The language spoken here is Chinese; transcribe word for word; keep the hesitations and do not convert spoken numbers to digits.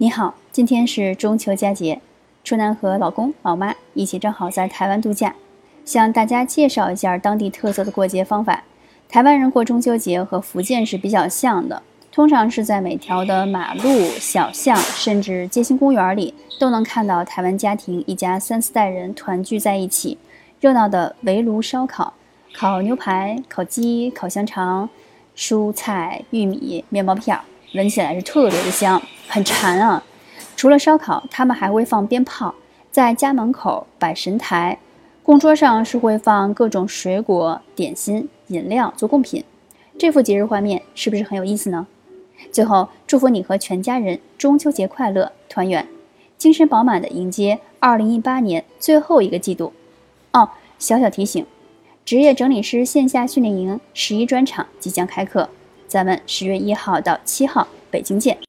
你好，今天是中秋佳节，春楠和老公老妈一起正好在台湾度假，向大家介绍一下当地特色的过节方法。台湾人过中秋节和福建是比较像的，通常是在每条的马路、小巷，甚至街心公园里，都能看到台湾家庭一家三四代人团聚在一起，热闹的围炉烧烤，烤牛排、烤鸡、烤香肠、蔬菜、玉米、面包片，闻起来是特别的香，很馋啊。除了烧烤，他们还会放鞭炮，在家门口摆神台，供桌上是会放各种水果、点心、饮料做贡品。这幅节日画面是不是很有意思呢？最后，祝福你和全家人中秋节快乐，团圆，精神饱满的迎接二零一八年最后一个季度。哦，小小提醒，职业整理师线下训练营十一专场即将开课，咱们十月一号到七号北京见。